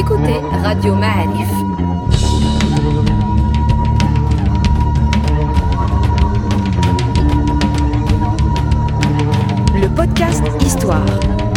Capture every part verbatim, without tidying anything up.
écoutez Radio Ma'arif. Le podcast Histoire.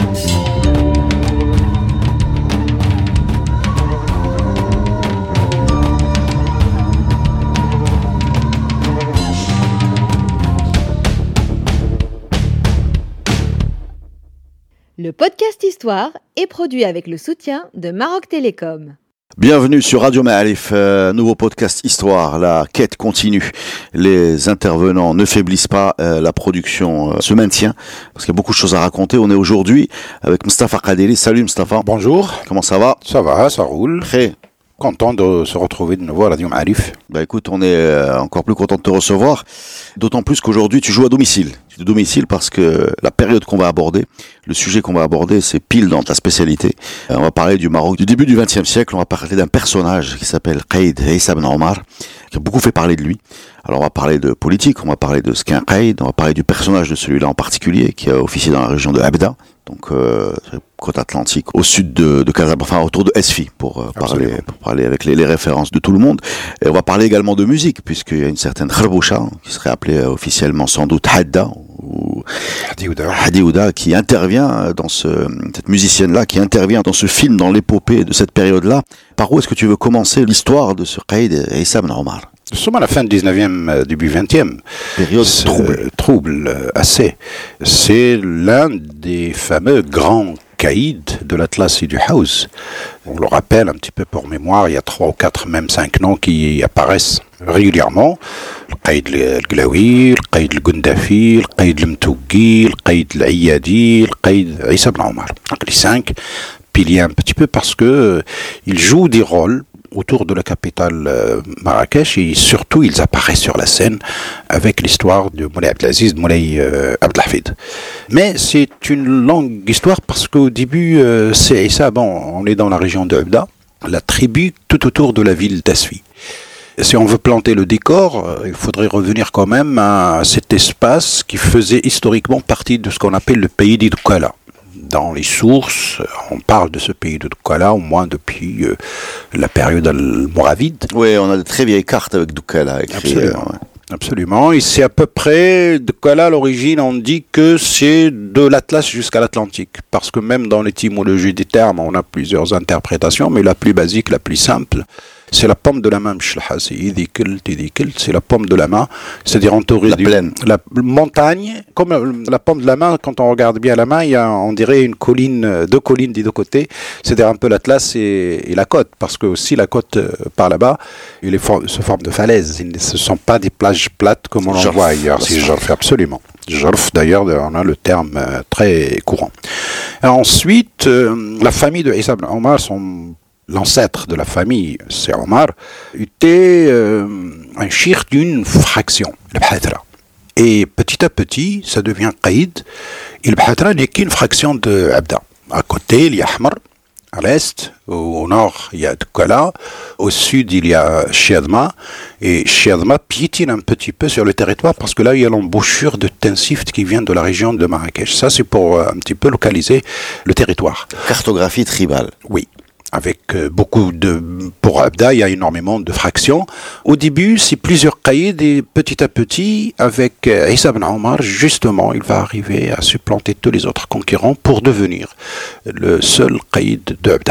Le podcast Histoire est produit avec le soutien de Maroc Télécom. Bienvenue sur Radio Ma'arif, euh, nouveau podcast Histoire, la quête continue. Les intervenants ne faiblissent pas, euh, la production euh, se maintient, parce qu'il y a beaucoup de choses à raconter. On est aujourd'hui avec Mustafa Kadeli. Salut Mustafa. Bonjour. Comment ça va? Ça va, ça roule. Très content de se retrouver de nouveau à Radio Ma'arif. Bah écoute, on est euh, encore plus content de te recevoir, d'autant plus qu'aujourd'hui tu joues à domicile. Tu joues à domicile parce que la période qu'on va aborder, le sujet qu'on va aborder, c'est pile dans ta spécialité. Euh, on va parler du Maroc du début du vingtième siècle. On va parler d'un personnage qui s'appelle Qaïd Issa ibn Omar, qui a beaucoup fait parler de lui. Alors on va parler de politique, on va parler de ce qu'est un Qaïd, on va parler du personnage de celui-là en particulier, qui a officié dans la région de Abda, donc euh, côte atlantique, au sud de, de Casablanca, enfin autour de Esfi, pour, euh, parler, pour parler avec les, les références de tout le monde. Et on va parler également de musique, puisqu'il y a une certaine Kharboucha, qui serait appelée euh, officiellement sans doute Hadda, ou Hadiouda. Hadiouda, qui intervient dans ce, cette musicienne-là, qui intervient dans ce film, dans l'épopée de cette période-là. Par où est-ce que tu veux commencer l'histoire de ce Qaïd Issa ibn Omar? Nous sommes à la fin du dix-neuvième, début vingtième. Période C'est, trouble. euh, trouble, euh, assez. C'est l'un des fameux grands caïds de l'Atlas et du House. On le rappelle un petit peu pour mémoire, il y a trois ou quatre, même cinq noms qui apparaissent régulièrement. Le Qaïd al-Glaoui, le Qaïd al-Gundafi, le Qaïd al-Mtougi, le Qaïd al-Ayyadi, le Qaïd Issa ibn Omar. Donc les cinq piliers un petit peu parce que euh, ils jouent des rôles autour de la capitale euh, Marrakech, et surtout ils apparaissent sur la scène avec l'histoire de Moulay Abdelaziz, de Moulay euh, Abdelhafid. Mais c'est une longue histoire parce qu'au début, euh, c'est Issa, bon, on est dans la région de Abda, la tribu tout autour de la ville d'Asfi. Si on veut planter le décor, euh, il faudrait revenir quand même à cet espace qui faisait historiquement partie de ce qu'on appelle le pays des Doukala. Dans les sources, on parle de ce pays de Doukala au moins depuis euh, la période almoravide. Oui, on a de très vieilles cartes avec Doukala écrit. Absolument. Euh, ouais. Absolument. Et c'est à peu près, Doukala à l'origine, on dit que c'est de l'Atlas jusqu'à l'Atlantique. Parce que même dans l'étymologie des termes, on a plusieurs interprétations, mais la plus basique, la plus simple, c'est la paume de la main, c'est la paume de la main, c'est-à-dire entourée La d'une plaine. la montagne, comme la paume de la main, quand on regarde bien la main, il y a, on dirait une colline, deux collines des deux côtés, c'est-à-dire un peu l'Atlas et, et la côte, parce que aussi la côte euh, par là-bas, il est for- se forme de falaises, il ne ce sont pas des plages plates comme on en Jorf. voit ailleurs, c'est Jorf, absolument. Jorf, d'ailleurs, on a le terme euh, très courant. Et ensuite, euh, la famille de Issa ibn Omar, son l'ancêtre de la famille, c'est Omar, était euh, un shir d'une fraction, le Bhatra. Et petit à petit, ça devient Qaïd, et le Bhatra n'est qu'une fraction de Abda. À côté, il y a Ahmar, à l'est, au nord, il y a Doukala, au sud, il y a Chiadma, et Chiadma piétine un petit peu sur le territoire parce que là, il y a l'embouchure de Tensift qui vient de la région de Marrakech. Ça, c'est pour euh, un petit peu localiser le territoire. Cartographie tribale. Oui. Avec euh, beaucoup de... Pour Abda, il y a énormément de fractions. Au début, c'est plusieurs caïds et petit à petit, avec euh, Issa ibn Omar, justement, il va arriver à supplanter tous les autres concurrents pour devenir le seul caïd de Abda.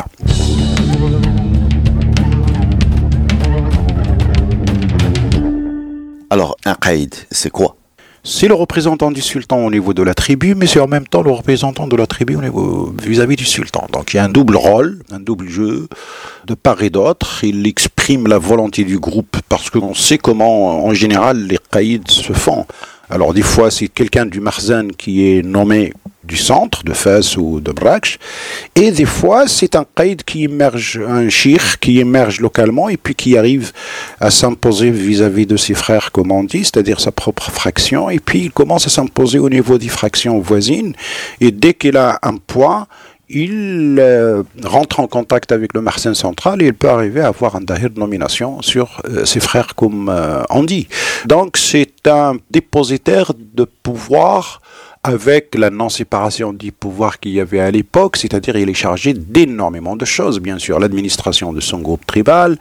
Alors, un Qaïd, c'est quoi? C'est le représentant du sultan au niveau de la tribu, mais c'est en même temps le représentant de la tribu au niveau, vis-à-vis du sultan. Donc il y a un double rôle, un double jeu, de part et d'autre. Il exprime la volonté du groupe, parce qu'on sait comment, en général, les caïds se font. Alors des fois, c'est quelqu'un du Marzan qui est nommé du centre, de Fès ou de Brakch, et des fois, c'est un caïd qui émerge, un shir qui émerge localement et puis qui arrive à s'imposer vis-à-vis de ses frères, comme on dit, c'est-à-dire sa propre fraction, et puis il commence à s'imposer au niveau des fractions voisines, et dès qu'il a un poids, il euh, rentre en contact avec le Marzan central et il peut arriver à avoir un dahir de nomination sur euh, ses frères, comme euh, on dit. Donc c'est un dépositaire de pouvoir avec la non-séparation du pouvoir qu'il y avait à l'époque, c'est-à-dire il est chargé d'énormément de choses, bien sûr, l'administration de son groupe tribal,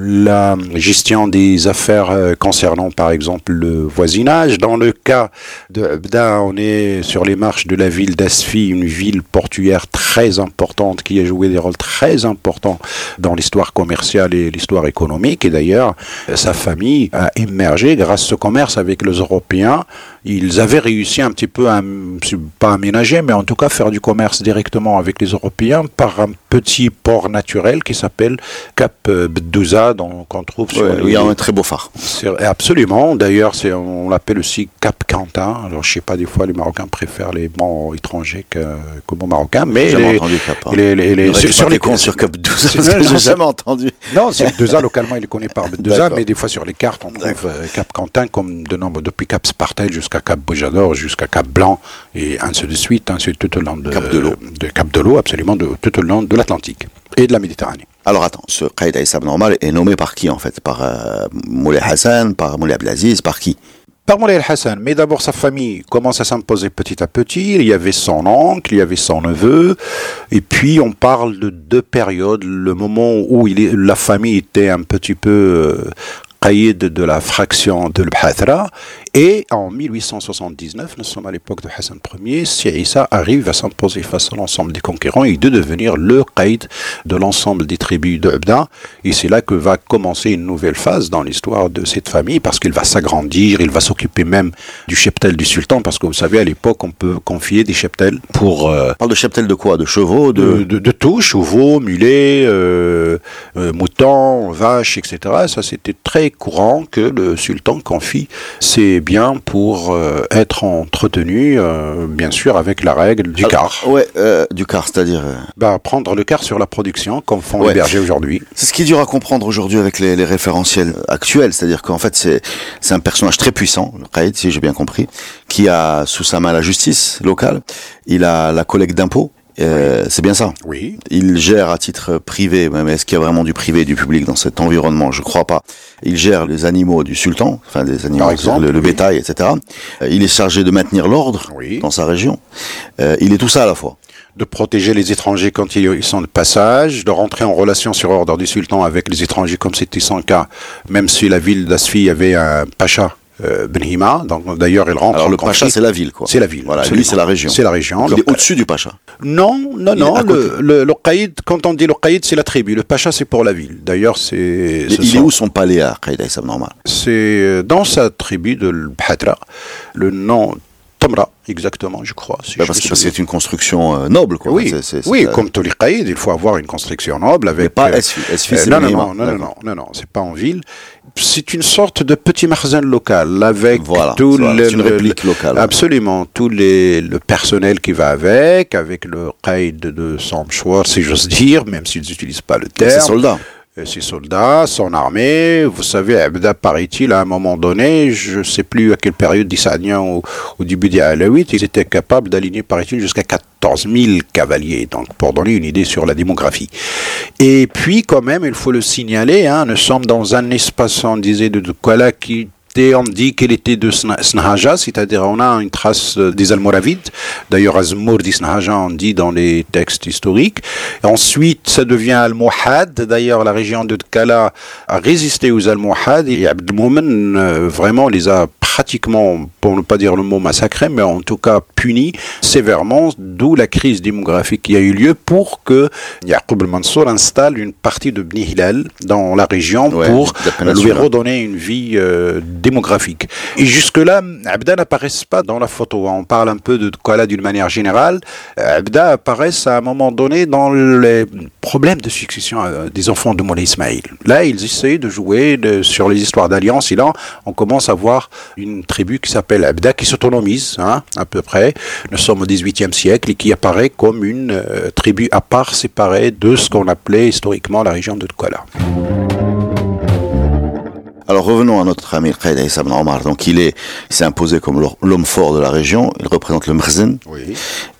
la gestion des affaires euh, concernant par exemple le voisinage. Dans le cas de Abda, on est sur les marches de la ville d'Asfi, une ville portuaire très importante qui a joué des rôles très importants dans l'histoire commerciale et l'histoire économique, et d'ailleurs sa famille a émergé grâce au commerce avec les Européens. Ils avaient réussi un petit peu à, pas aménager, mais en tout cas faire du commerce directement avec les Européens par un petit port naturel qui s'appelle Cap Bedouza, qu'on trouve sur ouais, les... Il y a un très beau phare. Absolument, d'ailleurs c'est, on l'appelle aussi Cap Quentin. Alors je sais pas, des fois les Marocains préfèrent les mots étrangers que, que mots marocains, mais j'ai jamais les, entendu Cap. Hein. Les, les, les, sur, sur les comptes sur Cap Bedouza, j'ai jamais entendu. Non, c'est Bedouza, localement il est connu par Bedouza, mais des fois sur les cartes on trouve euh, Cap Quentin comme de nombre, depuis Cap Spartel jusqu'à Cap Bojador, jusqu'à Cap Blanc, et ainsi de suite, ainsi tout au long de Cap de l'eau, de Cap de l'eau, absolument, de, tout au long de l'Atlantique et de la Méditerranée. Alors attends, ce Qaïd Aïssa Abnormal est nommé par qui en fait? Par euh, Moulay Hassan, par Moulay Abdelaziz, par qui? Par Moulay Hassan, mais d'abord sa famille commence à s'imposer petit à petit. Il y avait son oncle, il y avait son neveu, et puis on parle de deux périodes. Le moment où il est, la famille était un petit peu euh, caïd de la fraction de l'Bhathra, et en mille huit cent soixante-dix-neuf, nous sommes à l'époque de Hassan Ier, Si Issa arrive à s'imposer face à l'ensemble des conquérants et de devenir le caïd de l'ensemble des tribus de Abda, et c'est là que va commencer une nouvelle phase dans l'histoire de cette famille, parce qu'il va s'agrandir, il va s'occuper même du cheptel du sultan, parce que vous savez, à l'époque, on peut confier des cheptels pour... Euh, on parle de cheptel de quoi? De chevaux? De, de, de, de tout, chevaux, mulets, euh, euh, moutons, vaches, et cetera. Ça, c'était très courant que le sultan confie ses biens pour euh, être entretenu, euh, bien sûr, avec la règle du Alors, quart. Ouais, euh, du quart, c'est-à-dire... Euh... Bah, prendre le quart sur la production, comme font ouais. les bergers aujourd'hui. C'est ce qui est dur à comprendre aujourd'hui avec les, les référentiels actuels, c'est-à-dire qu'en fait, c'est, c'est un personnage très puissant, le Qaïd, si j'ai bien compris, qui a sous sa main la justice locale, il a la collecte d'impôts. Euh, c'est bien ça. Oui. Il gère à titre privé, mais est-ce qu'il y a vraiment du privé et du public dans cet environnement? Je crois pas. Il gère les animaux du sultan, enfin des animaux, par exemple, le, le oui. bétail, et cetera. Euh, il est chargé de maintenir l'ordre oui. dans sa région. Euh, il est tout ça à la fois. De protéger les étrangers quand ils sont de passage, de rentrer en relation sur ordre du sultan avec les étrangers comme c'était son cas, même si la ville d'Asfi avait un pacha. Euh, Benhima, donc d'ailleurs il rentre. Alors en le conflit. Pacha c'est la ville quoi. C'est la ville. Voilà, lui c'est la région. C'est la région. Donc, il est au-dessus du Pacha. Non, non, il non. Le, le, le Qaïd, quand on dit le Qaïd, c'est la tribu. Le Pacha c'est pour la ville. D'ailleurs c'est. Il sont... est où son palais à Qaïd Aïssa Abnormal? C'est dans sa tribu de l'Bhatra. Le nom Tamra, exactement, je crois. Si bah je parce que c'est une construction euh, noble, quoi. Oui, c'est, c'est, c'est oui euh... comme tous les Qaïd, il faut avoir une construction noble avec. Mais pas Asfi. Asfi, c'est euh, non, non, non, non, non, non, non, non, c'est pas en ville. C'est une sorte de petit magasin local avec voilà, tout voilà, le, c'est une réplique locale. Absolument, tout les, le personnel qui va avec, avec le Qaïd de son choix, si j'ose dire, même s'ils n'utilisent pas le terme. Ses soldats. Ses soldats, son armée. Vous savez, Abda, paraît-il, à un moment donné, je ne sais plus à quelle période, d'Issanian ou au début des Alaouites, ils étaient capables d'aligner, paraît-il, jusqu'à quatorze mille cavaliers, donc pour donner une idée sur la démographie. Et puis, quand même, il faut le signaler, hein, nous sommes dans un espace, on disait, de Douala qui... on dit qu'elle était de Snahaja, c'est-à-dire on a une trace des Almoravides. D'ailleurs, Azmour dit Snahaja, on dit dans les textes historiques. Et ensuite, ça devient Almohad. D'ailleurs, la région de Tkala a résisté aux Almohad et Abdelmoumen euh, vraiment les a pratiquement, pour ne pas dire le mot massacré, mais en tout cas puni sévèrement, d'où la crise démographique qui a eu lieu pour que Yaqub al-Mansour installe une partie de Bni Hilal dans la région ouais, pour lui redonner une vie euh, démographique. Et jusque-là, Abda n'apparaît pas dans la photo. On parle un peu de Douala d'une manière générale. Abda apparaît à un moment donné dans les problèmes de succession des enfants de Moulay Ismaïl. Là, ils essayent de jouer de, sur les histoires d'alliance. Et là, on commence à voir une tribu qui s'appelle Abda, qui s'autonomise, hein, à peu près. Nous sommes au dix-huitième siècle et qui apparaît comme une euh, tribu à part, séparée de ce qu'on appelait historiquement la région de Douala. Alors revenons à notre ami Qaïd Aïssa Abnormal. Donc il est, il s'est imposé comme l'homme fort de la région. Il représente le Mrzen. Oui.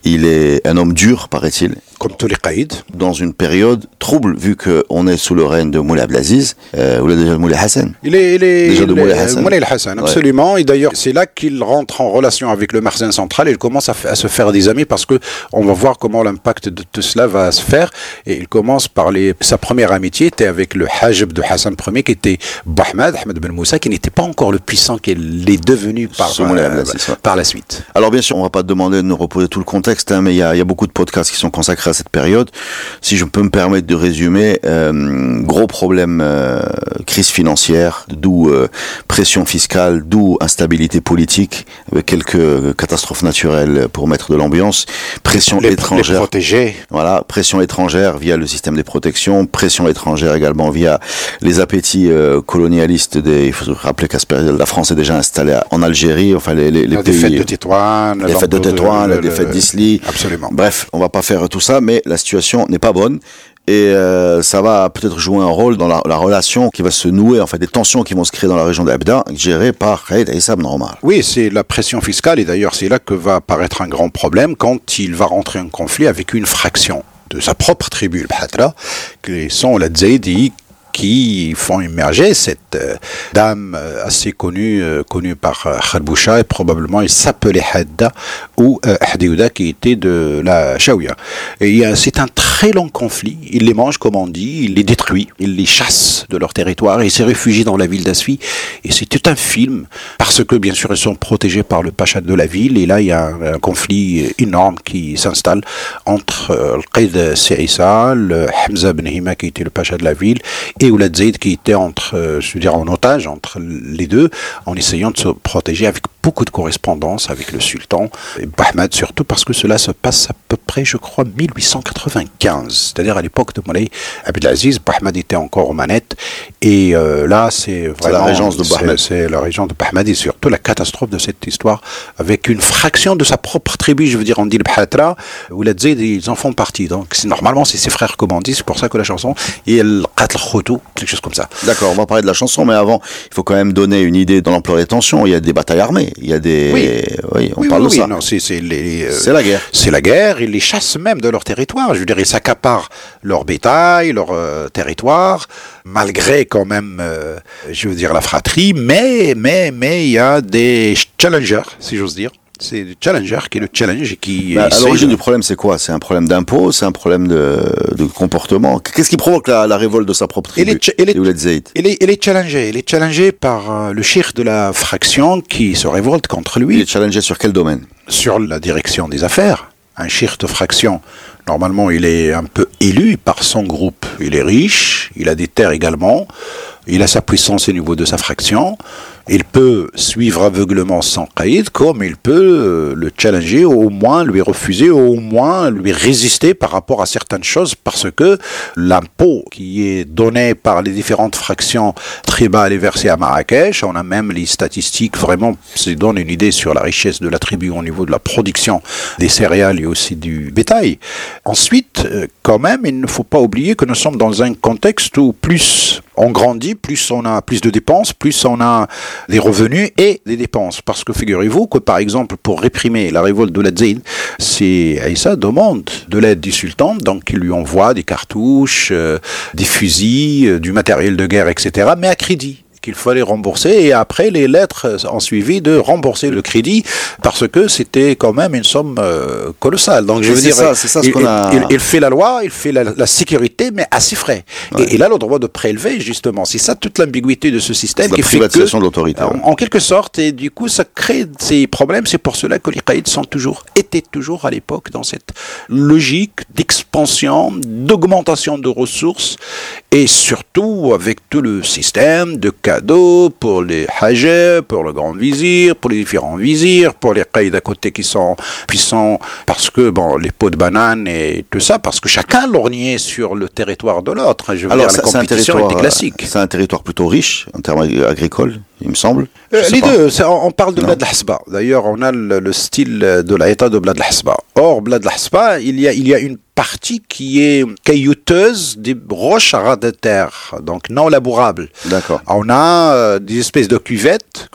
Il est un homme dur, paraît-il. Comme tous les caïds. Dans une période trouble, vu qu'on est sous le règne de Moulay Abdelaziz, euh, ou là déjà de Moulay Hassan. Il est, il est, déjà de Moulay Hassan. Moulay Hassan, absolument. Ouais. Et d'ailleurs, c'est là qu'il rentre en relation avec le Makhzen central et il commence à, f- à se faire des amis parce que on va voir comment l'impact de tout cela va se faire. Et il commence par les, sa première amitié était avec le Hajib de Hassan Ier, qui était Bahmad, Ahmed Ben Moussa, qui n'était pas encore le puissant qu'il est devenu par, euh, par la suite. Alors bien sûr, on va pas te demander de nous reposer tout le contexte, hein, mais il y a, y a beaucoup de podcasts qui sont consacrés à cette période. Si je peux me permettre de résumer, euh, gros problème, euh, crise financière, d'où euh, pression fiscale, d'où instabilité politique, avec quelques catastrophes naturelles pour mettre de l'ambiance, pression les, étrangère, les protégés. Voilà, pression étrangère via le système des protections, pression étrangère également via les appétits euh, colonialistes des. Il faut se rappeler qu'à cette période, la France est déjà installée en Algérie, enfin les, les, les la pays. Défaite de Tétouan, la défaite de Tétouan, la défaite d'Isly. Absolument. Bref, on va pas faire tout ça, mais la situation n'est pas bonne. Et euh, ça va peut-être jouer un rôle dans la, la relation qui va se nouer, en fait, des tensions qui vont se créer dans la région d'Abda, gérée par Khalid Issa Ben Omar. Oui, c'est la pression fiscale, et d'ailleurs c'est là que va apparaître un grand problème quand il va rentrer en conflit avec une fraction de sa propre tribu, le Bhatra, qui sont la Zaidi, qui font émerger cette euh, dame euh, assez connue, euh, connue par euh, Kharboucha, et probablement il s'appelait Hadda ou euh, Hadéouda, qui était de la Chaouia. Et euh, c'est un très long conflit. Il les mange, comme on dit, il les détruit, il les chasse de leur territoire, et il s'est réfugié dans la ville d'Asfi. Et c'est tout un film, parce que bien sûr ils sont protégés par le pacha de la ville, et là il y a un, un conflit énorme qui s'installe entre euh, le Qaïd Sirissa, le Hamza Ben Hima, qui était le pacha de la ville, et Oulad Zaïd, qui était entre, euh, je veux dire, en otage entre les deux, en essayant de se protéger avec beaucoup de correspondance avec le sultan, et Bahmad surtout, parce que cela se passe à peu près, je crois, mille huit cent quatre-vingt-quinze, c'est-à-dire à l'époque de Moulay Abdelaziz. Bahmad était encore aux manettes, et euh, là, c'est vraiment... C'est la régence de Bahmad. C'est, c'est la régence de Bahmad, et surtout la catastrophe de cette histoire, avec une fraction de sa propre tribu, je veux dire, on dit le Bhatra, Oulad Zaïd, ils en font partie, donc c'est, normalement, c'est ses frères, comme on dit, c'est pour ça que la chanson, et elle Qatl Khoutou, quelque chose comme ça. D'accord, on va parler de la chanson, mais avant, il faut quand même donner une idée dans l'ampleur des tensions. Il y a des batailles armées, il y a des... Oui, oui on oui, parle oui, de ça. Oui, non, c'est, c'est, les, euh, c'est la guerre. C'est la guerre, ils les chassent même de leur territoire. Je veux dire, ils s'accaparent leur bétail, leur euh, territoire, malgré quand même, euh, je veux dire, la fratrie, mais, mais, mais, il y a des challengers, si j'ose dire. C'est le challenger qui est le challenge et qui... Bah, à l'origine de... du problème, c'est quoi? C'est un problème d'impôt? C'est un problème de, de comportement? Qu'est-ce qui provoque la, la révolte de sa propre tribu? Il est, il est, il est, il est challengé. Il est challengé par euh, le cheikh de la fraction qui se révolte contre lui. Il est challengé sur quel domaine? Sur la direction des affaires. Un cheikh de fraction, normalement, il est un peu élu par son groupe. Il est riche, il a des terres également, il a sa puissance au niveau de sa fraction. Il peut suivre aveuglement son caïd, comme il peut le challenger, au moins lui refuser, au moins lui résister par rapport à certaines choses, parce que l'impôt qui est donné par les différentes fractions tribales est versé à Marrakech. On a même les statistiques, vraiment, ça donne une idée sur la richesse de la tribu au niveau de la production des céréales et aussi du bétail. Ensuite, quand même, il ne faut pas oublier que nous sommes dans un contexte où plus on grandit, plus on a plus de dépenses, plus on a des revenus et des dépenses. Parce que figurez-vous que, par exemple, pour réprimer la révolte d'Oulad Zaïd, c'est Aïssa demande de l'aide du sultan, donc il lui envoie des cartouches, euh, des fusils, euh, du matériel de guerre, et cetera, mais à crédit, qu'il fallait rembourser, et après les lettres ont suivi de rembourser le crédit, parce que c'était quand même une somme euh, colossale. Donc je veux c'est dire, ça, c'est ça ce il, qu'on a... il, il fait la loi, il fait la, la sécurité, mais à ses frais. Ouais. Et il a le droit de prélever, justement. C'est ça toute l'ambiguïté de ce système, c'est qui la fait privatisation que, de l'autorité. En, en quelque sorte, et du coup, ça crée ces problèmes. C'est pour cela que les caïds sont toujours, étaient toujours à l'époque dans cette logique d'expansion, d'augmentation de ressources, et surtout avec tout le système de cadeaux pour pour les hajjs, pour le grand vizir, pour les différents vizirs, pour les caïds à côté qui sont puissants, parce que, bon, les pots de banane et tout ça, parce que chacun lorgnait sur le territoire de l'autre. Je veux Alors, dire, ça, la compétition était classique. C'est un territoire plutôt riche, en termes agricoles, il me semble. Euh, les pas. deux, on parle de non. Blad al-Hasba. D'ailleurs, on a le, le style de l'État de Blad al-Hasba. Or, Blad al-Hasba, il y a, il y a une partie qui est caillouteuse, des roches à ras de terre, donc non labourables. D'accord. On a euh, des espèces de cuvettes,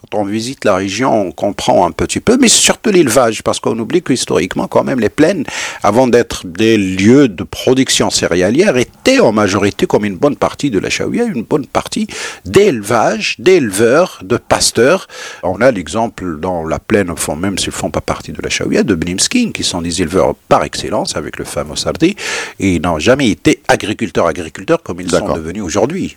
Quand on visite la région, on comprend un petit peu, mais surtout l'élevage, parce qu'on oublie que historiquement, quand même, les plaines, avant d'être des lieux de production céréalière, étaient en majorité, comme une bonne partie de la Chaouia, une bonne partie d'élevage, d'éleveurs, de pasteurs. On a l'exemple dans la plaine, enfin, même s'ils ne font pas partie de la Chaouia, de Benimskin, qui sont des éleveurs par excellence, avec le fameux Sardi, et ils n'ont jamais été agriculteurs-agriculteurs comme ils D'accord. sont devenus aujourd'hui.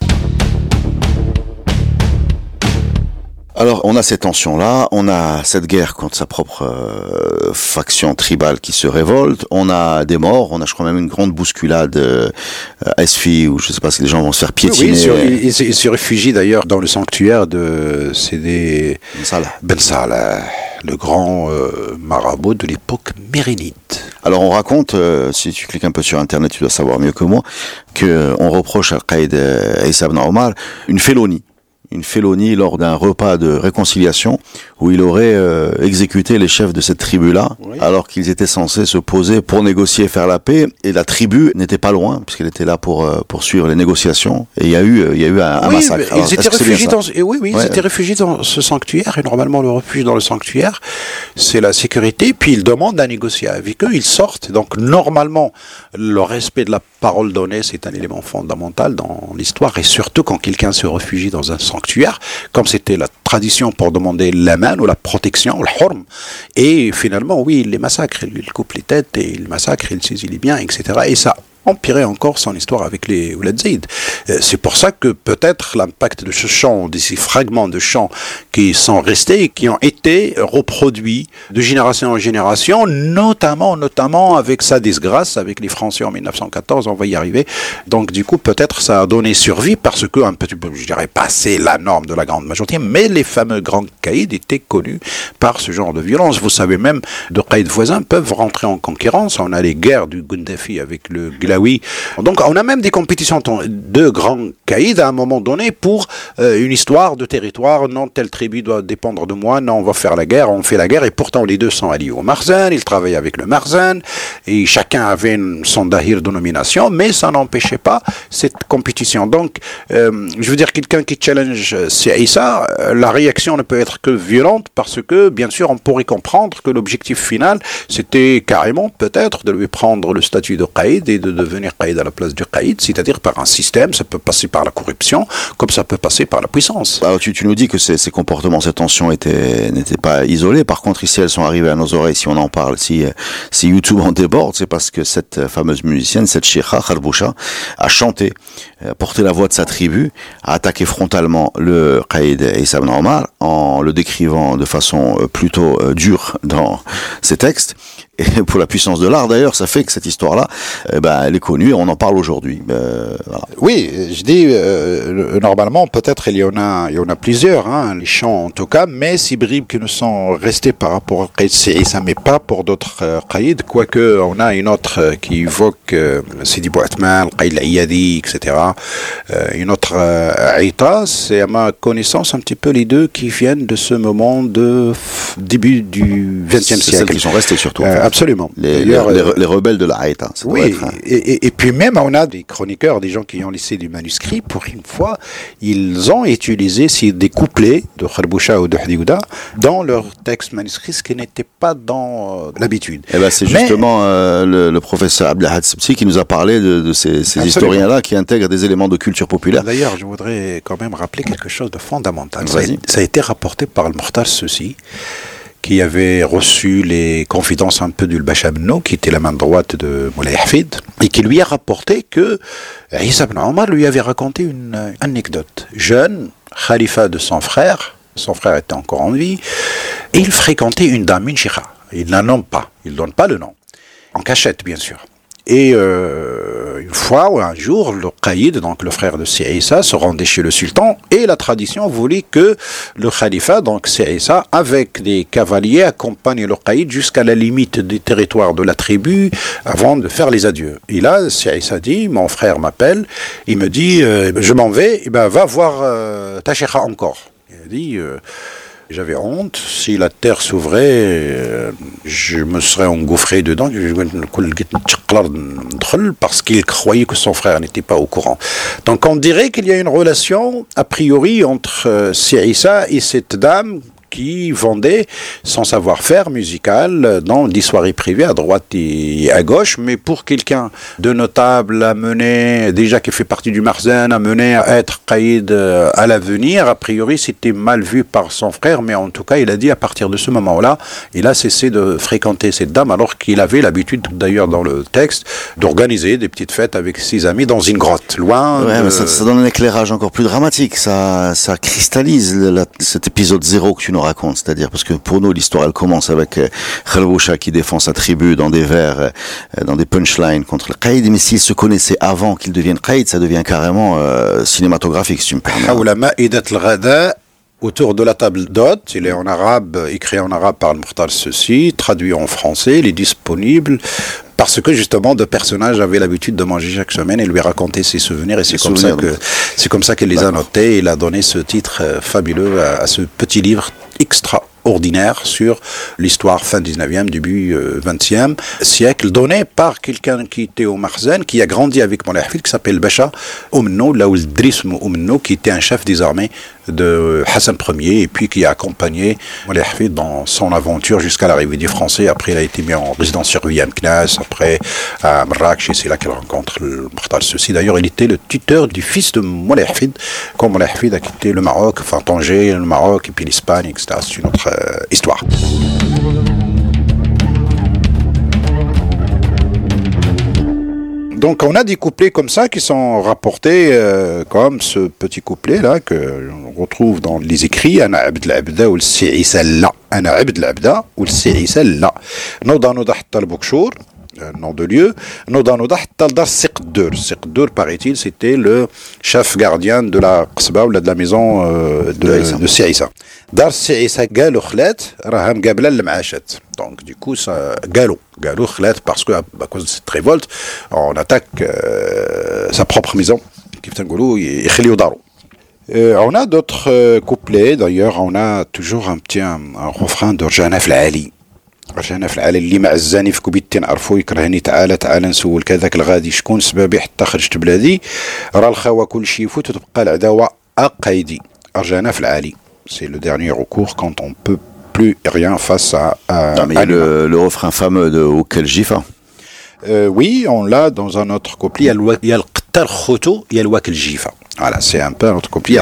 Alors, on a ces tensions-là, on a cette guerre contre sa propre euh, faction tribale qui se révolte, on a des morts, on a, je crois, même une grande bousculade euh, à Esfi, où je ne sais pas si les gens vont se faire piétiner. Oui, oui ils, ils, ils se réfugient d'ailleurs dans le sanctuaire de c'est des Ben Salah. Ben Salah, le grand euh, marabout de l'époque mérénide. Alors, on raconte, euh, si tu cliques un peu sur Internet, tu dois savoir mieux que moi, qu'on reproche à Al-Qaïd Issa ibn Omar une félonie. une félonie lors d'un repas de réconciliation où il aurait euh, exécuté les chefs de cette tribu-là, oui. alors qu'ils étaient censés se poser pour négocier et faire la paix. Et la tribu n'était pas loin, puisqu'elle était là pour euh, poursuivre les négociations. Et il y a eu, il y a eu un, un oui, massacre. Alors, ils étaient réfugiés dans, et oui, oui, ils ouais. étaient réfugiés dans ce sanctuaire. Et normalement, le refuge dans le sanctuaire, c'est la sécurité. Puis ils demandent à négocier avec eux. Ils sortent. Donc normalement, le respect de la parole donnée, c'est un élément fondamental dans l'histoire. Et surtout quand quelqu'un se réfugie dans un sanctuaire, comme c'était la tradition pour demander la main ou la protection, ou le horm. Et finalement, oui, il les massacre, il coupe les têtes, et il massacre, il saisit les biens, et cetera. Et ça empirer encore son histoire avec les Oulad Zaïd. C'est pour ça que peut-être l'impact de ce chant, de ces fragments de chants qui sont restés et qui ont été reproduits de génération en génération, notamment, notamment avec sa disgrâce, avec les Français en mille neuf cent quatorze, on va y arriver. Donc du coup, peut-être ça a donné survie parce que, un petit peu, je dirais pas c'est la norme de la grande majorité, mais les fameux grands caïds étaient connus par ce genre de violence. Vous savez même, de caïds voisins peuvent rentrer en concurrence. On a les guerres du Gundafi avec le oui. Donc on a même des compétitions de grands caïds à un moment donné pour euh, une histoire de territoire. Non, telle tribu doit dépendre de moi. Non, on va faire la guerre. On fait la guerre et pourtant les deux sont alliés au Marzan. Ils travaillaient avec le Marzan et chacun avait une, son dahir de nomination, mais ça n'empêchait pas cette compétition. Donc, euh, je veux dire, quelqu'un qui challenge Issa, la réaction ne peut être que violente parce que, bien sûr, on pourrait comprendre que l'objectif final, c'était carrément peut-être de lui prendre le statut de caïd et de devenir caïd à la place du caïd, c'est-à-dire par un système. Ça peut passer par la corruption, comme ça peut passer par la puissance. Alors tu, tu nous dis que ces, ces comportements, ces tensions étaient, n'étaient pas isolés. Par contre, ici, elles sont arrivées à nos oreilles. Si on en parle, si, si YouTube en déborde, c'est parce que cette fameuse musicienne, cette Cheikha Kharboucha, a chanté, a porté la voix de sa tribu, a attaqué frontalement le caïd Issa ibn Omar en le décrivant de façon plutôt dure dans ses textes. Et pour la puissance de l'art, d'ailleurs, ça fait que cette histoire-là, eh ben, elle est connue et on en parle aujourd'hui. Euh, voilà. Oui, je dis, euh, normalement, peut-être il y en a, il y en a plusieurs, hein, les chants en tout cas, mais ces bribes qui nous sont restées par rapport au Qaïd, c'est ça, mais pas pour d'autres euh, Qaïd, quoique on a une autre euh, qui évoque euh, Sidi Bouatman, le Qaïd l'Iyadi, et cetera. Euh, une autre euh, Aïta, c'est à ma connaissance un petit peu les deux qui viennent de ce moment de f- début du vingtième siècle. C'est celles qui sont restées surtout. Euh, Absolument. Les, les, les, les rebelles de la Haïta. Oui, être, hein. et, et, et puis même on a des chroniqueurs, des gens qui ont laissé des manuscrits, pour une fois, ils ont utilisé ces, des couplets de Kharboucha ou de Hadiouda dans leur texte manuscrit, ce qui n'était pas dans euh, l'habitude. Eh ben, c'est Mais, justement euh, le, le professeur Abdelhad Sebsi qui nous a parlé de, de ces, ces historiens-là qui intègrent des éléments de culture populaire. D'ailleurs, je voudrais quand même rappeler quelque chose de fondamental. Ça a, ça a été rapporté par le Mortal Sebsi, qui avait reçu les confidences un peu du Bachabno, qui était la main droite de Moulay Hafid, et qui lui a rapporté que Issa ibn Omar lui avait raconté une anecdote. Jeune, khalifa de son frère, son frère était encore en vie, et il fréquentait une dame, une chikha. Il ne la nomme pas, il ne donne pas le nom. En cachette, bien sûr. Et euh, une fois ou un jour, le caïd, donc le frère de Issa, se rendait chez le sultan et la tradition voulait que le khalifa, donc Issa, avec des cavaliers, accompagne le caïd jusqu'à la limite des territoires de la tribu avant de faire les adieux. Et là, Issa dit, mon frère m'appelle, il me dit, euh, je m'en vais, et ben va voir euh, ta cheikha encore. Il a dit, euh, J'avais honte. Si la terre s'ouvrait, euh, je me serais engouffré dedans. Parce qu'il croyait que son frère n'était pas au courant. Donc on dirait qu'il y a une relation, a priori, entre euh, Sirissa et cette dame qui vendait son savoir-faire musical dans des soirées privées à droite et à gauche, mais pour quelqu'un de notable à mener, déjà qui fait partie du Marzen, à mener à être caïd à l'avenir, a priori c'était mal vu par son frère, mais en tout cas il a dit à partir de ce moment-là, il a cessé de fréquenter cette dame alors qu'il avait l'habitude, d'ailleurs dans le texte, d'organiser des petites fêtes avec ses amis dans une grotte, loin ouais, de... mais ça, ça donne un éclairage encore plus dramatique, ça, ça cristallise la, cet épisode zéro que tu nous raconte, c'est-à-dire parce que pour nous l'histoire elle commence avec euh, Khalboucha qui défend sa tribu dans des vers, euh, dans des punchlines contre le Qaïd, mais s'ils se connaissaient avant qu'ils deviennent Qaïd, ça devient carrément euh, cinématographique, si tu me permets. Autour de la table d'hôte, il est en arabe, écrit en arabe par le Mukhtar Ceci, traduit en français, il est disponible parce que justement deux personnages avaient l'habitude de manger chaque semaine et lui raconter ses souvenirs et c'est comme ça que c'est comme ça qu'il les a notés. Il a donné ce titre fabuleux à, à ce petit livre extraordinaire sur l'histoire fin dix-neuvième, début vingtième siècle, donné par quelqu'un qui était au Marzen, qui a grandi avec Moulay Hafid, qui s'appelle Bacha Oumno, là où Driss Oumno, qui était un chef des armées de Hassan Ier et puis qui a accompagné Moulay Hafid dans son aventure jusqu'à l'arrivée des Français. Après, il a été mis en résidence surveillée à Meknès, après à Marrakech, et c'est là qu'il rencontre le Mukhtar Ceci. D'ailleurs, il était le tuteur du fils de Moulay Hafid, quand Moulay Hafid a quitté le Maroc, enfin Tanger, le Maroc, et puis l'Espagne, et cetera. C'est une autre euh, histoire. Donc on a des couplets comme ça qui sont rapportés euh, comme ce petit couplet là que on retrouve dans les écrits Ana abd al-abda ou al-si'isa la Ana abd al-abda ou al-si'isa la Nouda nouda hatta al-Bokchour, nom de lieu, Nouda nouda hatta al-dar Siqdur. Siqdur, paraît-il, c'était le chef gardien de la qasba ou de la maison euh, de, de Si'isa. Dar Si'isa galou khlat raham qabla al-ma'ashat. Donc du coup ça galou galou khlat parce que à, à cause de cette révolte on attaque euh, sa propre maison qui fait un goulou et khliou daru. Euh, on a d'autres euh, couplets, d'ailleurs on a toujours un petit un, un refrain de Rjana Flali. Rjana Flali اللي معزاني في كوبيتين عرفو يكرهني تعالى تعالى نسول كذاك الغادي شكون سبابي حتى خرجت بلادي راه الخوا كل شي يفوت وتبقى العداوه اقايدي. Rjana Flali, c'est le dernier recours quand on peut plus rien face à, à non, mais il y a le, le refrain fameux de Oukel Jifa. Euh, oui, on l'a dans un autre couplet. Il y a le Qtar Khoto, il y a le Oukel Jifa. Voilà, c'est un peu un autre couplet.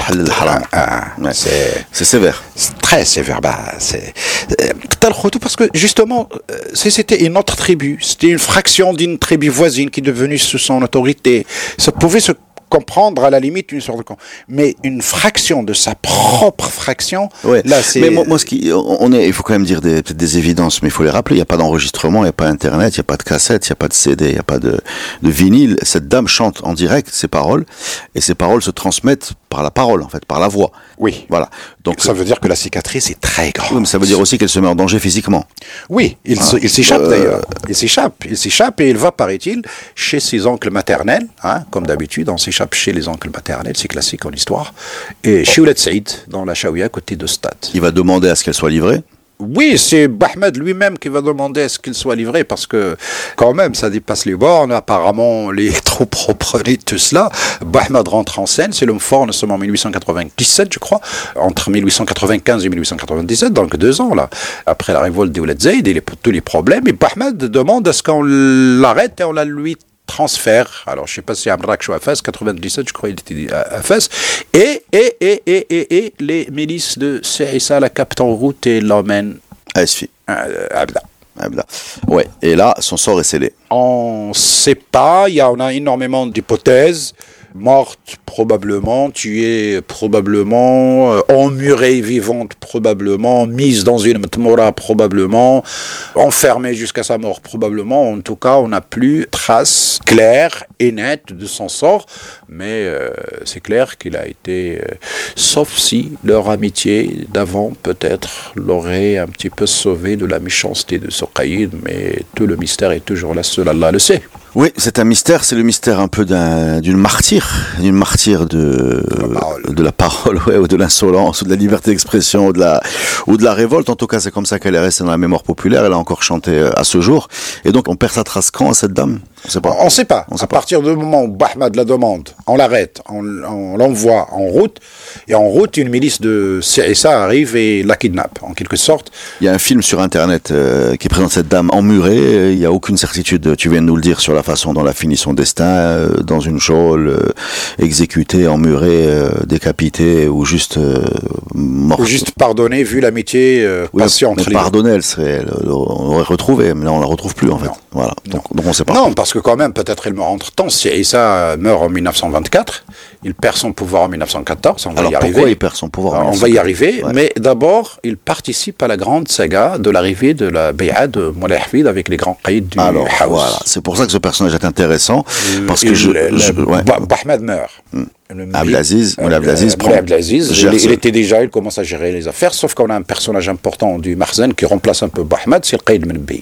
Ouais, c'est, c'est sévère. C'est très sévère. Bah, c'est Qtar Khoto parce que justement, c'était une autre tribu. C'était une fraction d'une tribu voisine qui est devenue sous son autorité. Ça pouvait se comprendre à la limite une sorte de mais une fraction de sa propre fraction ouais. Là c'est mais moi, moi ce qui on est il faut quand même dire des peut-être des évidences mais il faut les rappeler, il y a pas d'enregistrement, il y a pas internet, il y a pas de cassette, il y a pas de C D, il y a pas de de vinyle. Cette dame chante en direct ses paroles et ces paroles se transmettent par la parole en fait, par la voix. Oui, voilà. Donc ça veut dire que la cicatrice est très grande. Oui, mais ça veut dire aussi qu'elle se met en danger physiquement. Oui, il, ah, se, il s'échappe euh... d'ailleurs. Il s'échappe, il s'échappe et il va, paraît-il, chez ses oncles maternels, hein, comme d'habitude, on s'échappe chez les oncles maternels, c'est classique en histoire. Et chez Ouled Saïd, dans la Chaouia, côté de Stade. Il va demander à ce qu'elle soit livrée. Oui, c'est Bahmed lui-même qui va demander à ce qu'il soit livré parce que quand même ça dépasse les bornes. Apparemment les troupes reprenaient tout cela. Bahmed rentre en scène, c'est l'homme fort, nous sommes en mille huit cent quatre-vingt-dix-sept je crois, entre mille huit cent quatre-vingt-quinze et mille huit cent quatre-vingt-dix-sept, donc deux ans là, après la révolte des Ouled Saïd et les, tous les problèmes. Et Bahmed demande à ce qu'on l'arrête et on la lui transfert. Alors, je ne sais pas si Amrak ou à Fès, quatre-vingt-dix-sept, je crois qu'il était à Fès. Et, et, et, et, et, et, les milices de Sirissa la captent en route et l'emmènent à Esfi. À Abda. Abda. Ouais. Et là, son sort est scellé. On ne sait pas. Il y a, on a énormément d'hypothèses. Morte probablement, tuée probablement, euh, emmurée vivante probablement, mise dans une mtmoura probablement, enfermée jusqu'à sa mort probablement. En tout cas, on n'a plus trace claire et nette de son sort, mais euh, c'est clair qu'il a été, euh, sauf si leur amitié d'avant peut-être l'aurait un petit peu sauvé de la méchanceté de ce caïd, mais tout le mystère est toujours là, seul Allah le sait. Oui, c'est un mystère, c'est le mystère un peu d'un, d'une martyre, d'une martyre de, de, de la parole, ouais, ou de l'insolence, ou de la liberté d'expression, ou de la, ou de la révolte. En tout cas, c'est comme ça qu'elle est restée dans la mémoire populaire. Elle a encore chanté à ce jour. Et donc, on perd sa trace quand à cette dame? On sait pas. On sait pas. On sait à pas. Partir du moment où Bahmad la demande, on l'arrête, on, on l'envoie en route, et en route, une milice de C S A arrive et la kidnappe, en quelque sorte. Il y a un film sur Internet euh, qui présente cette dame emmurée. Il n'y a aucune certitude, tu viens de nous le dire, sur la façon dont elle a fini son destin, euh, dans une geôle, euh, exécutée, emmurée, euh, décapitée, ou juste euh, morte. Ou juste pardonnée, vu l'amitié euh, oui, passée entre les deux. Pardonnée, elle serait, elle, on l'aurait retrouvée, mais là, on la retrouve plus, en fait. Non. Voilà. Donc, donc, on sait pas. Non, parce que quand même, peut-être elle meurt entre-temps. Si Issa meurt en dix-neuf cent vingt-quatre, il perd son pouvoir en dix-neuf cent quatorze, on va Alors, y arriver. Pourquoi il perd son pouvoir? Alors, on va y arriver, ouais. Mais d'abord, il participe à la grande saga de l'arrivée de la Bay'a de Moulay Hafid avec les grands qaïds du Alors, House. voilà, c'est pour ça que ce personnage est intéressant, parce que il, je... Le, je ouais. Bahmad meurt. Hmm. Abdelaziz, euh, Abdelaziz prend... Abdelaziz, il, il était déjà, il commence à gérer les affaires, sauf qu'on a un personnage important du Marzen qui remplace un peu Bahmad, c'est le Qaïd Menbi.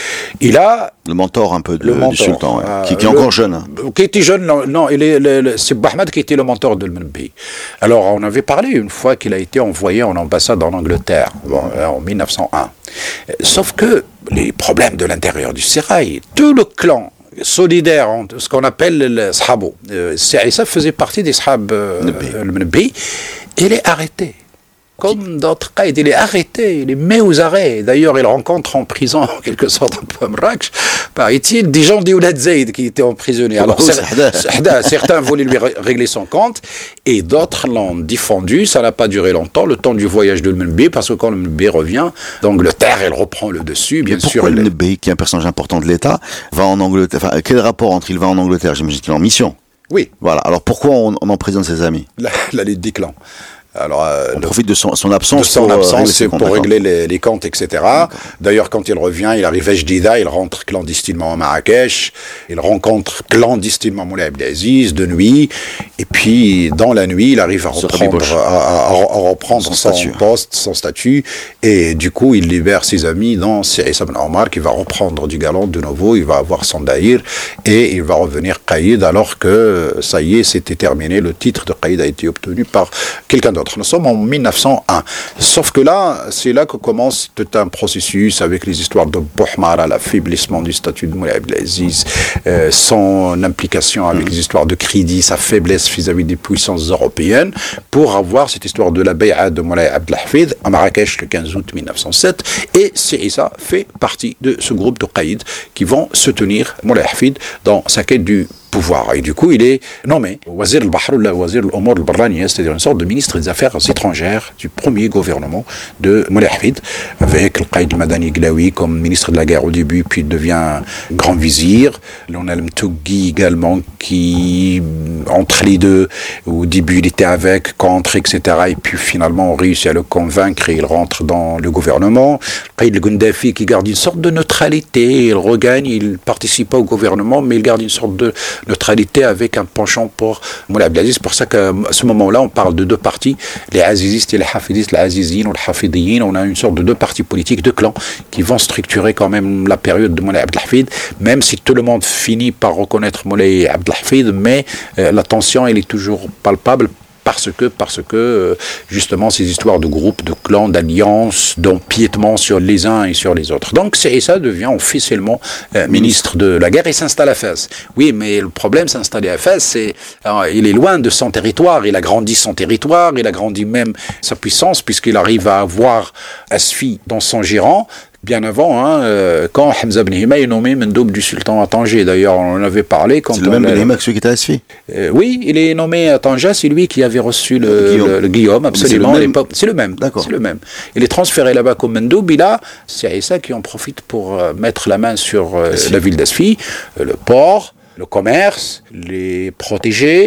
Il a le mentor un peu de, le mentor, du sultan, ouais, euh, qui, qui est le, encore jeune. Hein. Qui était jeune, non, non il est, le, le, c'est Bahmad qui était le mentor de Menbi. Alors, on avait parlé une fois qu'il a été envoyé en ambassade en Angleterre, bon, en dix-neuf cent un. Sauf que les problèmes de l'intérieur du sérail, tout le clan solidaire, ce qu'on appelle le Sahabo, euh, ça faisait partie des Sahab euh, le Menbi, il est arrêté. Comme d'autres cas, il est arrêté, il est mis aux arrêts. D'ailleurs, il rencontre en prison, en quelque sorte, un peu à Marrakech, paraît-il, des gens d'Oulad Zayd qui étaient emprisonnés. Alors, certains voulaient lui régler son compte, et d'autres l'ont défendu. Ça n'a pas duré longtemps, le temps du voyage de Menbi, parce que quand le Menbi revient d'Angleterre, elle reprend le dessus, bien Mais sûr. Pourquoi le Menbi, qui est un personnage important de l'État, va en Angleterre? Enfin, quel rapport entre il va en Angleterre? J'imagine qu'il est en mission. Oui. Voilà. Alors, pourquoi on, on emprisonne ses amis? La, la lutte des clans. Alors, euh, on profite de son, son absence de son pour, absence, régler, c'est pour régler les, les comptes, et cetera. D'ailleurs, quand il revient, il arrive à Jdida, il rentre clandestinement à Marrakech, il rencontre clandestinement Moulay Abdelaziz de nuit, et puis dans la nuit, il arrive à reprendre, à, à, à reprendre son, son statut. poste, son statut, et du coup, il libère ses amis dans Issa ibn Omar, qui va reprendre du galon de nouveau, il va avoir son daïr, et il va revenir Qaïd, alors que ça y est, c'était terminé, le titre de Qaïd a été obtenu par quelqu'un d'autre. Nous sommes en dix-neuf cent un. Sauf que là, c'est là que commence tout un processus avec les histoires de Bouhmara, l'affaiblissement du statut de Moulay Abdelaziz, euh, son implication avec mmh. les histoires de Kridi, sa faiblesse vis-à-vis des puissances européennes, pour avoir cette histoire de la Bay'a de Moulay Abdelhafid à Marrakech le quinze août mille neuf cent sept. Et Issa fait partie de ce groupe de Qaïd qui vont soutenir Moulay Hafid dans sa quête du pouvoir. Et du coup, il est nommé Wazir al-Bahr, ou Wazir al-Umur al-Barraniya, c'est-à-dire une sorte de ministre des Affaires étrangères du premier gouvernement de Moulay Hafid, avec le Qaïd Madani Glaoui comme ministre de la guerre au début, puis il devient grand vizir. On a le Mtougui également qui, entre les deux, au début il était avec, contre, et cetera. Et puis finalement on réussit à le convaincre et il rentre dans le gouvernement. Qaïd al-Gundafi qui garde une sorte de neutralité, il regagne, il participe pas au gouvernement, mais il garde une sorte de neutralité avec un penchant pour Moulay Abdelaziz. C'est pour ça qu'à ce moment-là, on parle de deux partis, les Azizistes et les Hafidistes, les Aziziyyin ou les Hafidiyyin. On a une sorte de deux partis politiques, deux clans, qui vont structurer quand même la période de Moulay Abdelhafid, même si tout le monde finit par reconnaître Moulay Abdelhafid, mais euh, la tension, elle est toujours palpable. Parce que, parce que, justement, ces histoires de groupes, de clans, d'alliances, d'empiètement sur les uns et sur les autres. Donc, ça devient officiellement euh, ministre de la guerre et s'installe à Fès. Oui, mais le problème, s'installer à Fès, c'est, alors, il est loin de son territoire, il a grandi son territoire, il a grandi même sa puissance, puisqu'il arrive à avoir Asfi dans son gérant, bien avant, hein, euh, quand Hamza ibn Hima est nommé Mendoub du sultan à Tanger. D'ailleurs, on en avait parlé. Quand c'est le même ibn Hima que celui qui était à Asfi. Euh, oui, il est nommé à Tanger, c'est lui qui avait reçu le Guillaume, le, le Guillaume absolument. C'est le même. C'est le même. D'accord. C'est le même. Il est transféré là-bas comme Mendoub, et là, c'est Aïssa qui en profite pour euh, mettre la main sur euh, la ville d'Asfi, euh, le port, le commerce, les protéger,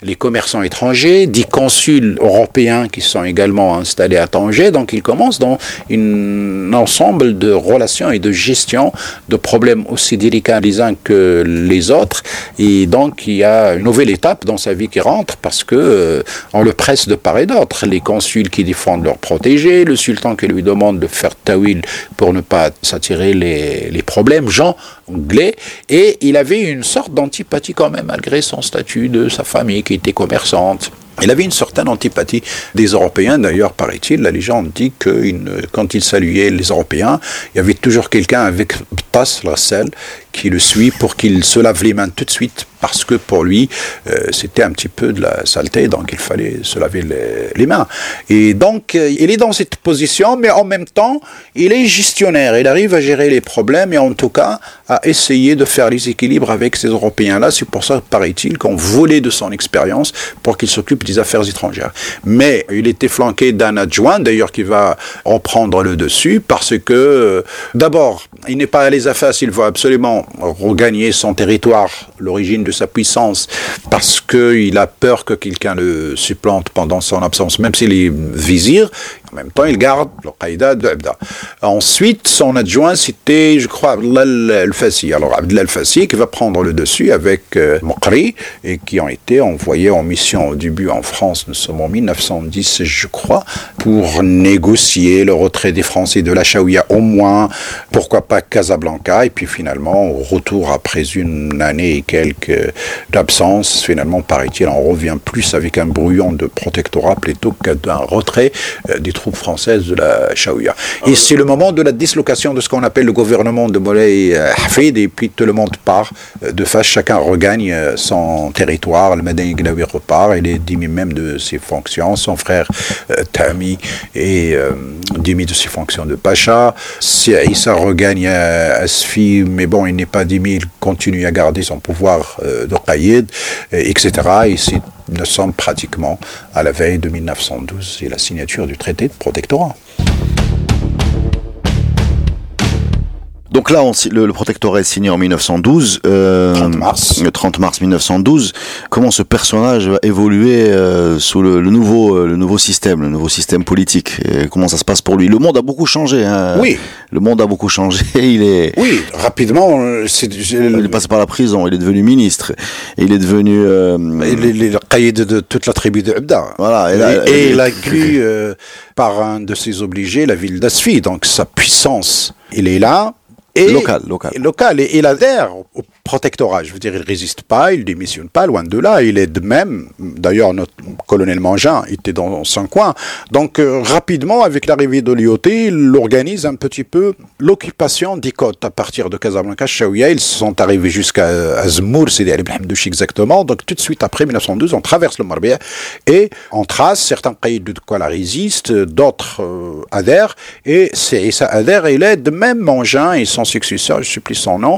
les commerçants étrangers, dix consuls européens qui sont également installés à Tanger. Donc il commence dans un ensemble de relations et de gestion de problèmes aussi délicats les uns que les autres. Et donc il y a une nouvelle étape dans sa vie qui rentre parce que euh, on le presse de part et d'autre. Les consuls qui défendent leurs protégés, le sultan qui lui demande de faire tawil pour ne pas s'attirer les, les problèmes, Jean anglais, et il avait une sorte d'antipathie quand même, malgré son statut de sa famille qui était commerçante. Il avait une certaine antipathie des Européens, d'ailleurs, paraît-il. La légende dit que une, quand il saluait les Européens, il y avait toujours quelqu'un avec tasse, la selle, qui le suit pour qu'il se lave les mains tout de suite, parce que pour lui, euh, c'était un petit peu de la saleté, donc il fallait se laver les, les mains. Et donc, euh, il est dans cette position, mais en même temps, il est gestionnaire. Il arrive à gérer les problèmes et en tout cas, à essayer de faire les équilibres avec ces Européens-là. C'est pour ça, paraît-il, qu'on voulait de son expérience pour qu'il s'occupe des affaires étrangères. Mais il était flanqué d'un adjoint, d'ailleurs, qui va reprendre le dessus, parce que, euh, d'abord, il n'est pas à l'aise à face, il veut absolument regagner son territoire, l'origine de sa puissance, parce qu'il a peur que quelqu'un le supplante pendant son absence, même s'il est vizir. En même temps, il garde le qaïda de Abda. Ensuite, son adjoint, c'était, je crois, Abdullah al-Fassi. Alors, Abdullah al-Fassi qui va prendre le dessus avec euh, Mokri, et qui ont été envoyés en mission au début en France, nous sommes en mille neuf cent dix, je crois, pour négocier le retrait des Français de la Chaouia, au moins, pourquoi pas Casablanca, et puis finalement, au retour après une année et quelques d'absence, finalement, paraît-il, on revient plus avec un brouillon de protectorat plutôt qu'un retrait euh, des troupes françaises de la Chaouia. Et c'est le moment de la dislocation de ce qu'on appelle le gouvernement de Moulay Hafid, et puis tout le monde part de face, chacun regagne son territoire, le Madani Gnawi repart, il est démis même de ses fonctions, son frère euh, Tami est euh, démis de ses fonctions de Pacha, Issa regagne euh, Asfi, mais bon, il n'est pas démis, il continue à garder son pouvoir euh, de Qaïd, et cetera. Et c'est nous sommes pratiquement à la veille de mille neuf cent douze et la signature du traité de protectorat. Donc là, on, le, le protectorat est signé en mille neuf cent douze, euh, trente mars. Le trente mars mille neuf cent douze. Comment ce personnage va évoluer euh, sous le, le nouveau, euh, le nouveau système, le nouveau système politique? Et comment ça se passe pour lui? Le monde a beaucoup changé. Hein. Oui. Le monde a beaucoup changé. Il est. Oui, rapidement. C'est, il est passé par la prison. Il est devenu ministre. Il est devenu. Euh, il est le caïd de, de toute la tribu de Abda. Voilà. Et, là, et, et il a inclus euh, par un de ses obligés la ville d'Asfi. Donc sa puissance, il est là. Et local, local. Local, et il adhère au protectorat. Je veux dire, il ne résiste pas, il ne démissionne pas, loin de là. Il est de même. D'ailleurs, notre colonel Mangin était dans son coin. Donc, euh, rapidement, avec l'arrivée de l'I O T, il organise un petit peu l'occupation des côtes à partir de Casablanca, Chaouia. Ils sont arrivés jusqu'à Azmour, c'est Ali Ibn Hamdouchi exactement. Donc, tout de suite après mille neuf cent douze, on traverse le Marbia et on trace. Certains pays de Kuala résistent, d'autres euh, adhèrent. Et c'est ça adhère. Et il est de même Mangin et son successeur, je ne sais plus son nom,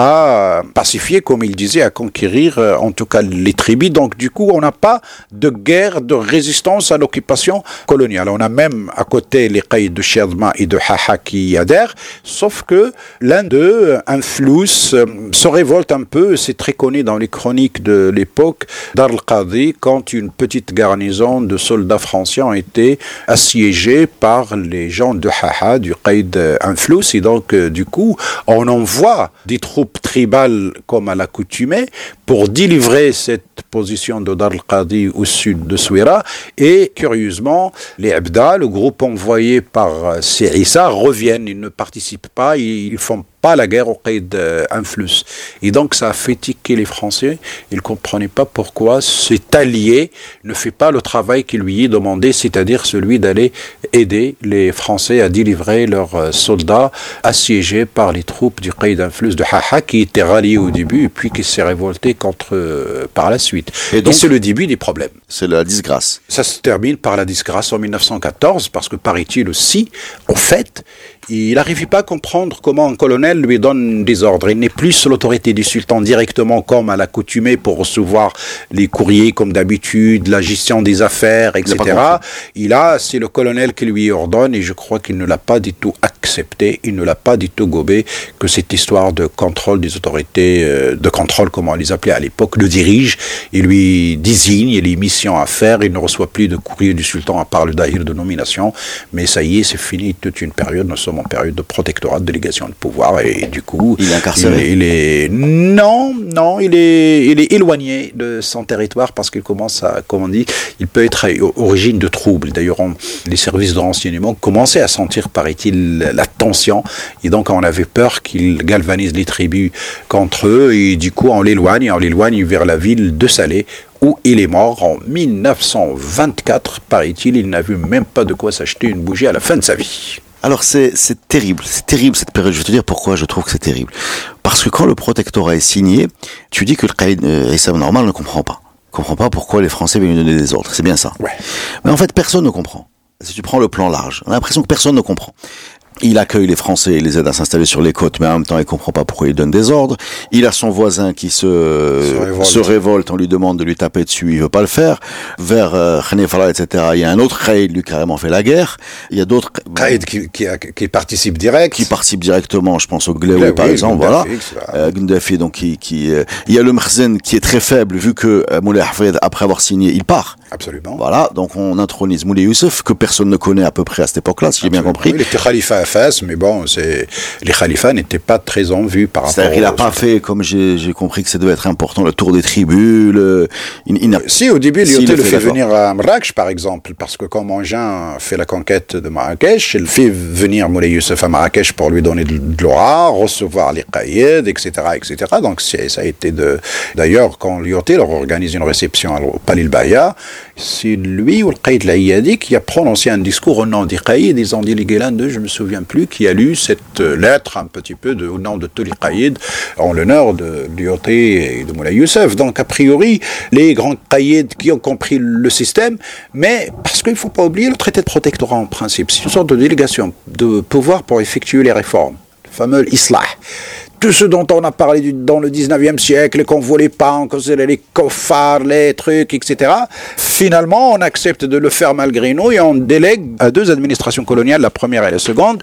à pacifier, comme il disait, à conquérir euh, en tout cas les tribus. Donc du coup, on n'a pas de guerre, de résistance à l'occupation coloniale. On a même à côté les caïds de Cherdma et de Haha qui adhèrent, sauf que l'un d'eux, un flous, euh, se révolte un peu. C'est très connu dans les chroniques de l'époque, Dar al-Qadi, quand une petite garnison de soldats français ont été assiégés par les gens de Haha, du caïd Anflous, et donc euh, du coup, on envoie des troupes tribales comme à l'accoutumée pour délivrer cette position de Dar al-Qadi au sud de Souira. Et curieusement, les Abda, le groupe envoyé par Sirissa, reviennent. Ils ne participent pas, ils ne font pas la guerre au Qaïd Anflous. Et donc ça a fait tiquer les Français. Ils ne comprenaient pas pourquoi cet allié ne fait pas le travail qui lui est demandé, c'est-à-dire celui d'aller aider les Français à délivrer leurs soldats assiégés par les troupes du Qaïd Anflous de Haha, qui étaient ralliés au début et puis qui s'est révolté contre euh, par la suite. Et, donc, et c'est le début des problèmes. C'est la disgrâce. Ça se termine par la disgrâce en mille neuf cent quatorze, parce que paraît-il aussi, au fait, il n'arrivait pas à comprendre comment un colonel lui donne des ordres. Il n'est plus sous l'autorité du sultan directement comme à l'accoutumée pour recevoir les courriers comme d'habitude, la gestion des affaires, et cetera. Il a, c'est le colonel qui lui ordonne, et je crois qu'il ne l'a pas du tout acté accepté, il ne l'a pas du tout gobé, que cette histoire de contrôle des autorités, euh, de contrôle, comment on les appelait à l'époque, le dirige, il lui désigne, il a les missions à faire, il ne reçoit plus de courrier du sultan à part le dahir de nomination, mais ça y est, c'est fini toute une période, nous sommes en période de protectorat, de délégation de pouvoir, et du coup... Il est incarcéré. Il, il est... Non, non, il est, il est éloigné de son territoire parce qu'il commence à, comme on dit, il peut être à origine de troubles. D'ailleurs, on, les services de renseignement commençaient à sentir, paraît-il, la tension, et donc on avait peur qu'il galvanise les tribus contre eux, et du coup on l'éloigne, on l'éloigne vers la ville de Salé, où il est mort en mille neuf cent vingt-quatre, paraît-il, il n'a vu même pas de quoi s'acheter une bougie à la fin de sa vie. Alors c'est, c'est terrible, c'est terrible cette période. Je vais te dire pourquoi je trouve que c'est terrible. Parce que quand le protectorat est signé, tu dis que le Qaïd euh, Issa Ben Omar ne comprend pas. Il ne comprend pas pourquoi les Français viennent lui donner des ordres. C'est bien ça. Ouais. Mais en fait, personne ne comprend. Si tu prends le plan large, on a l'impression que personne ne comprend. Il accueille les Français et les aide à s'installer sur les côtes, mais en même temps, il comprend pas pourquoi il donne des ordres. Il a son voisin qui se, se, révolte. se révolte, on lui demande de lui taper dessus, il veut pas le faire. Vers euh, Khanifra, et cetera, il y a un autre Qaïd, lui, carrément fait la guerre. Il y a d'autres... Qaïd qui, qui, qui participe direct. Qui participe directement, je pense au Gléoui, par exemple, voilà. Euh, Gundafi, donc, qui, qui, euh, il y a le Mkhzen qui est très faible, vu que euh, Moulay Hafid, après avoir signé, il part. Absolument. Voilà, donc on intronise Moulay Youssef, que personne ne connaît à peu près à cette époque-là, si Absolument. J'ai bien compris. Il était khalifa à Fès, mais bon, c'est... les khalifas n'étaient pas très en vue par rapport... C'est-à-dire qu'il n'a pas fait, comme j'ai, j'ai compris que ça devait être important, le tour des tribus, le... il, il n'a... Si, au début, il si, le fait, fait venir à Marrakech, par exemple, parce que quand Mangin fait la conquête de Marrakech, il fait venir Moulay Youssef à Marrakech pour lui donner de, de l'aura, recevoir les qaïds, et cetera, et cetera. Donc c'est, ça a été de... D'ailleurs, quand Lyoté leur organise une réception au Palais Baya, c'est lui ou le Qaïd Laïadi qui a prononcé un discours au nom des Qaïds, ils ont dit les Guélan deux, je me souviens plus, qui a lu cette lettre un petit peu de, au nom de tous les Qaïds en l'honneur de Lyoté et de Moulay Youssef. Donc a priori, les grands Qaïds qui ont compris le système, mais parce qu'il ne faut pas oublier le traité de protectorat en principe, c'est une sorte de délégation de pouvoir pour effectuer les réformes, le fameux Islah. Tout ce dont on a parlé du, dans le dix-neuvième siècle, qu'on ne voulait pas, qu'on faisait les coffres, les trucs, et cetera. Finalement, on accepte de le faire malgré nous et on délègue à deux administrations coloniales, la première et la seconde,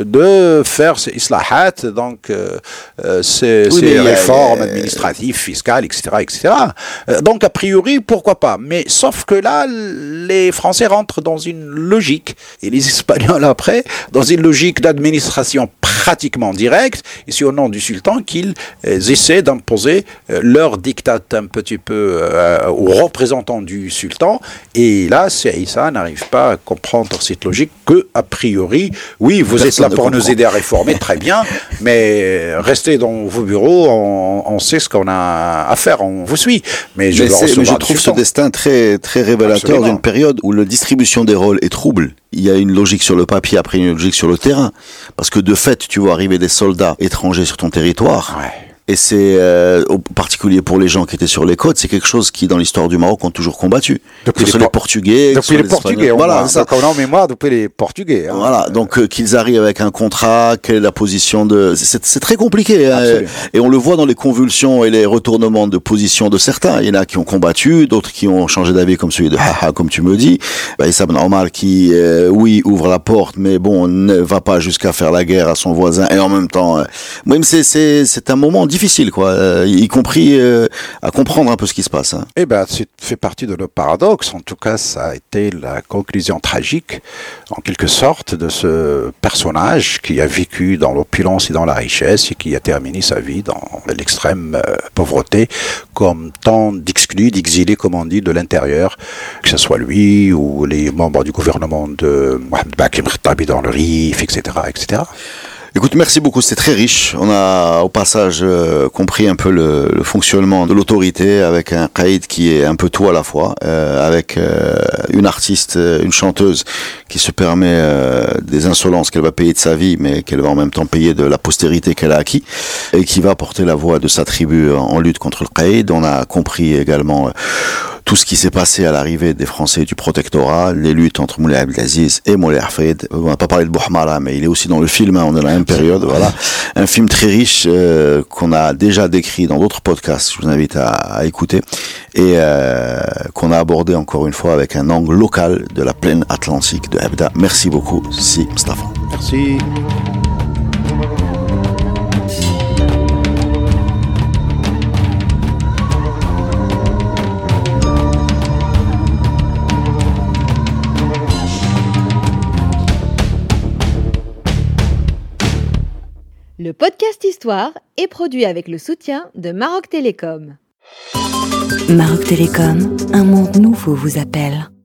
de faire ces islahat, donc euh, euh, ces, oui, ces réformes a, administratives, fiscales, et cetera, et cetera. Euh, donc, a priori, pourquoi pas. Mais sauf que là, les Français rentrent dans une logique, et les Espagnols après, dans une logique d'administration pratiquement directe, ici au nom du sultan, qu'ils euh, essaient d'imposer euh, leur diktat un petit peu euh, aux représentants du sultan, et là, Issa n'arrive pas à comprendre cette logique que, a priori, oui, vous Personne êtes là pour comprend. nous aider à réformer, très bien, mais restez dans vos bureaux, on, on sait ce qu'on a à faire, on vous suit. Mais je, mais mais je trouve ce destin très, très révélateur Absolument. d'une période où la distribution des rôles est trouble. Il y a une logique sur le papier, après une logique sur le terrain. Parce que de fait, tu vois arriver des soldats étrangers sur ton territoire. Ouais. Et c'est, euh, en particulier pour les gens qui étaient sur les côtes, c'est quelque chose qui, dans l'histoire du Maroc, ont toujours combattu. Depuis que ce soit les Portugais, depuis les, les Portugais, on voilà, ça. Donc on a en mémoire depuis les Portugais. Hein. Voilà, donc euh, qu'ils arrivent avec un contrat, quelle est la position de... C'est, c'est très compliqué. Hein, et on le voit dans les convulsions et les retournements de position de certains. Il y en a qui ont combattu, d'autres qui ont changé d'avis, comme celui de Haha, comme tu me dis. Bah, Issa Ben Omar qui, euh, oui, ouvre la porte, mais bon, ne va pas jusqu'à faire la guerre à son voisin. Et en même temps, euh, même c'est, c'est, c'est un moment difficile, quoi, euh, y compris euh, à comprendre un peu ce qui se passe. Hein. Eh ben, c'est fait partie de le paradoxe. En tout cas, ça a été la conclusion tragique, en quelque sorte, de ce personnage qui a vécu dans l'opulence et dans la richesse et qui a terminé sa vie dans l'extrême euh, pauvreté, comme tant d'exclus, d'exilés, comme on dit, de l'intérieur, que ce soit lui ou les membres du gouvernement de Mohamed Bakr Khattabi dans le Rif, et cetera, et cetera. Écoute, merci beaucoup, c'est très riche. On a au passage euh, compris un peu le, le fonctionnement de l'autorité avec un Qaïd qui est un peu tout à la fois, euh, avec euh, une artiste, une chanteuse qui se permet euh, des insolences qu'elle va payer de sa vie, mais qu'elle va en même temps payer de la postérité qu'elle a acquis, et qui va porter la voix de sa tribu en, en lutte contre le Qaïd. On a compris également... Euh, tout ce qui s'est passé à l'arrivée des Français du protectorat, les luttes entre Moulay Abdelaziz et Moulay Hafid. On n'a pas parlé de Bouhamara, mais il est aussi dans le film, hein, on est dans la même période, voilà. Un film très riche euh, qu'on a déjà décrit dans d'autres podcasts, je vous invite à, à écouter, et euh, qu'on a abordé encore une fois avec un angle local de la plaine atlantique de Abda. Merci beaucoup, si Mustafa. Merci. Merci. Le podcast Histoire est produit avec le soutien de Maroc Télécom. Maroc Télécom, un monde nouveau vous appelle.